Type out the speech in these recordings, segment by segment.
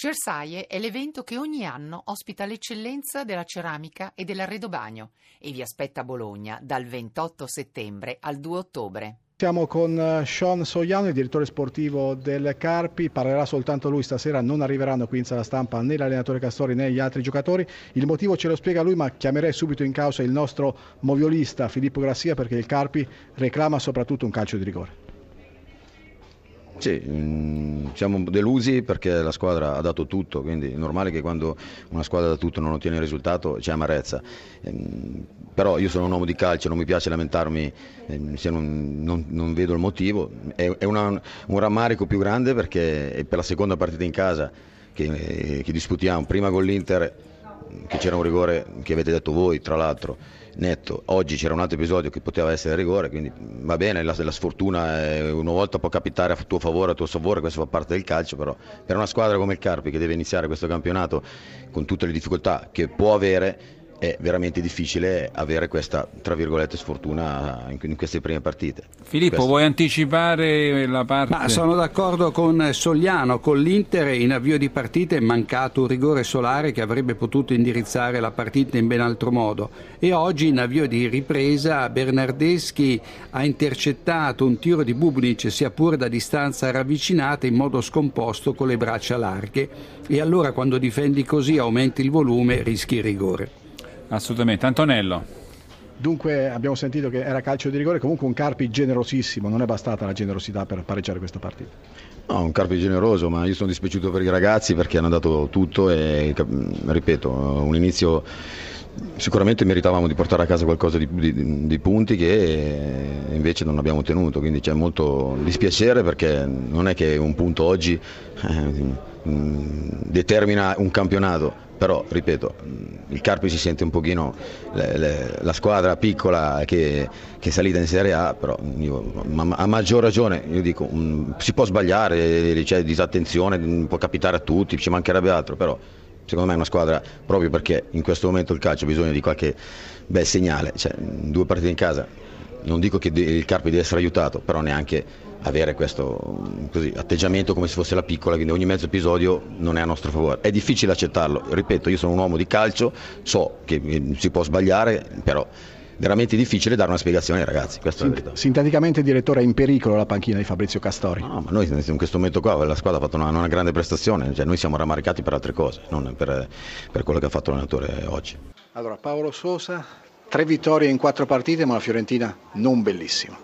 Cersaie è l'evento che ogni anno ospita l'eccellenza della ceramica e dell'arredobagno e vi aspetta a Bologna dal 28 settembre al 2 ottobre. Siamo con Sean Sogliano, il direttore sportivo del Carpi. Parlerà soltanto lui stasera, non arriveranno qui in sala stampa né l'allenatore Castori né gli altri giocatori. Il motivo ce lo spiega lui, ma chiamerei subito in causa il nostro moviolista Filippo Grassia, perché il Carpi reclama soprattutto un calcio di rigore. Sì, siamo delusi perché la squadra ha dato tutto, quindi è normale che quando una squadra dà tutto non ottiene il risultato c'è amarezza. Però io sono un uomo di calcio, non mi piace lamentarmi se non vedo il motivo. È un rammarico più grande perché è per la seconda partita in casa che disputiamo, prima con l'Inter che c'era un rigore che avete detto voi, tra l'altro, netto. Oggi c'era un altro episodio che poteva essere rigore, quindi va bene, la sfortuna una volta può capitare a tuo favore, a tuo sfavore, questo fa parte del calcio, però per una squadra come il Carpi che deve iniziare questo campionato con tutte le difficoltà che può avere, è veramente difficile avere questa, tra virgolette, sfortuna in queste prime partite. Filippo, vuoi anticipare la parte? Ma sono d'accordo con Sogliano, con l'Inter in avvio di partita è mancato un rigore solare che avrebbe potuto indirizzare la partita in ben altro modo, e oggi in avvio di ripresa Bernardeschi ha intercettato un tiro di Bubnic, sia pure da distanza ravvicinata, in modo scomposto con le braccia larghe, e allora quando difendi così aumenti il volume, rischi il rigore. Assolutamente. Antonello. Dunque abbiamo sentito che era calcio di rigore, comunque un Carpi generosissimo, non è bastata la generosità per pareggiare questa partita. No, un Carpi generoso, ma io sono dispiaciuto per i ragazzi perché hanno dato tutto e, ripeto, un inizio sicuramente meritavamo di portare a casa qualcosa di punti che invece non abbiamo ottenuto, quindi c'è molto dispiacere perché non è che un punto oggi determina un campionato. Però, ripeto, il Carpi si sente un pochino la squadra piccola che è salita in Serie A, però a maggior ragione, io dico, si può sbagliare, c'è disattenzione, può capitare a tutti, ci mancherebbe altro, però secondo me è una squadra, proprio perché in questo momento il calcio ha bisogno di qualche bel segnale, cioè 2 partite in casa, non dico che il Carpi deve essere aiutato, però neanche avere questo atteggiamento come se fosse la piccola, quindi ogni mezzo episodio non è a nostro favore. È difficile accettarlo, ripeto, io sono un uomo di calcio, so che si può sbagliare, però veramente difficile dare una spiegazione ai ragazzi. Sinteticamente, direttore, è in pericolo la panchina di Fabrizio Castori? No, ma noi in questo momento qua la squadra ha fatto una grande prestazione, cioè noi siamo rammaricati per altre cose, non per quello che ha fatto l'allenatore oggi. Allora, Paolo Sosa, 3 vittorie in 4 partite, ma la Fiorentina non bellissima.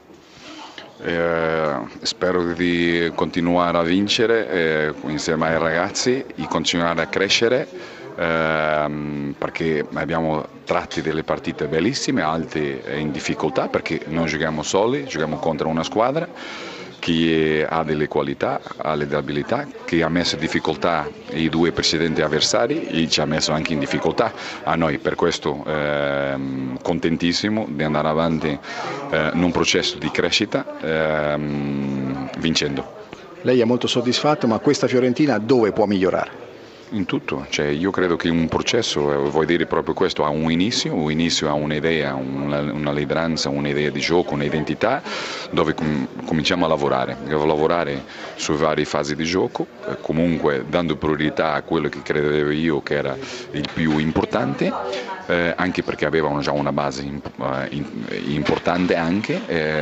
Spero di continuare a vincere insieme ai ragazzi, di continuare a crescere, perché abbiamo tratti delle partite bellissime, altre in difficoltà, perché non giochiamo soli, giochiamo contro una squadra che ha delle qualità, ha delle abilità, che ha messo in difficoltà i 2 precedenti avversari e ci ha messo anche in difficoltà a noi. Per questo contentissimo di andare avanti in un processo di crescita vincendo. Lei è molto soddisfatto, ma questa Fiorentina dove può migliorare? In tutto, cioè io credo che un processo, vuol dire proprio questo, ha un inizio ha un'idea, una lideranza, un'idea di gioco, un'identità, dove cominciamo a lavorare su varie fasi di gioco, comunque dando priorità a quello che credevo io che era il più importante, anche perché avevano già una base importante anche,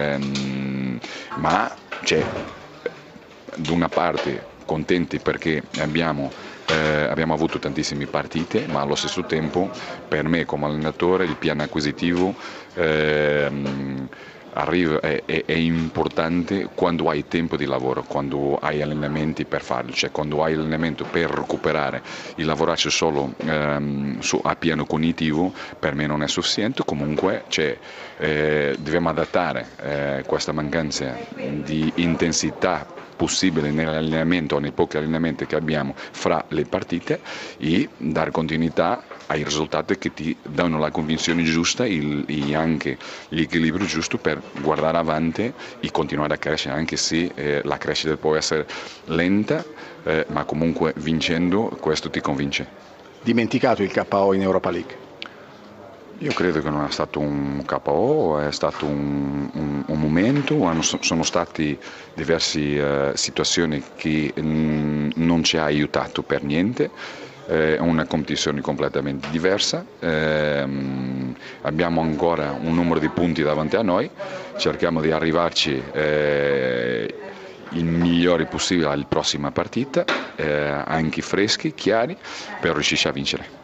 ma da una parte contenti perché abbiamo avuto tantissime partite, ma allo stesso tempo per me come allenatore il piano acquisitivo è importante quando hai tempo di lavoro, quando hai allenamenti per farlo, cioè quando hai allenamento per recuperare. Il lavorarci solo a piano cognitivo per me non è sufficiente, comunque dobbiamo adattare questa mancanza di intensità possibile nell'allenamento o nei pochi allenamenti che abbiamo fra le partite e dare continuità ai risultati che ti danno la convinzione giusta e anche l'equilibrio giusto per guardare avanti e continuare a crescere, anche se la crescita può essere lenta, ma comunque vincendo questo ti convince. Dimenticato il KO in Europa League? Io credo che non è stato un KO, è stato un momento, sono state diverse situazioni che non ci ha aiutato per niente, è una competizione completamente diversa, abbiamo ancora un numero di punti davanti a noi, cerchiamo di arrivarci il migliore possibile alla prossima partita, anche freschi, chiari, per riuscire a vincere.